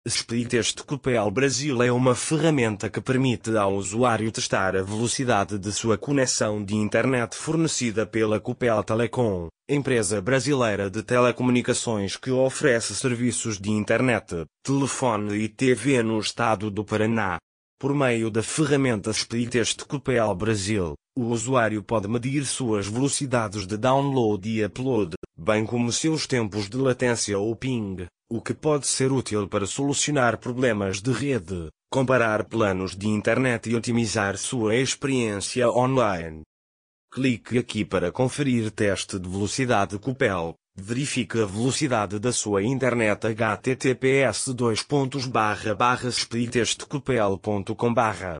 Speedtest Copel Brasil é uma ferramenta que permite ao usuário testar a velocidade de sua conexão de internet fornecida pela Copel Telecom, empresa brasileira de telecomunicações que oferece serviços de internet, telefone e TV no estado do Paraná. Por meio da ferramenta Speedtest Copel Brasil, o usuário pode medir suas velocidades de download e upload, bem como seus tempos de latência ou ping, o que pode ser útil para solucionar problemas de rede, comparar planos de internet e otimizar sua experiência online. Clique aqui para conferir teste de velocidade Copel. Verifique a velocidade da sua internet https://speedtestcopel.com/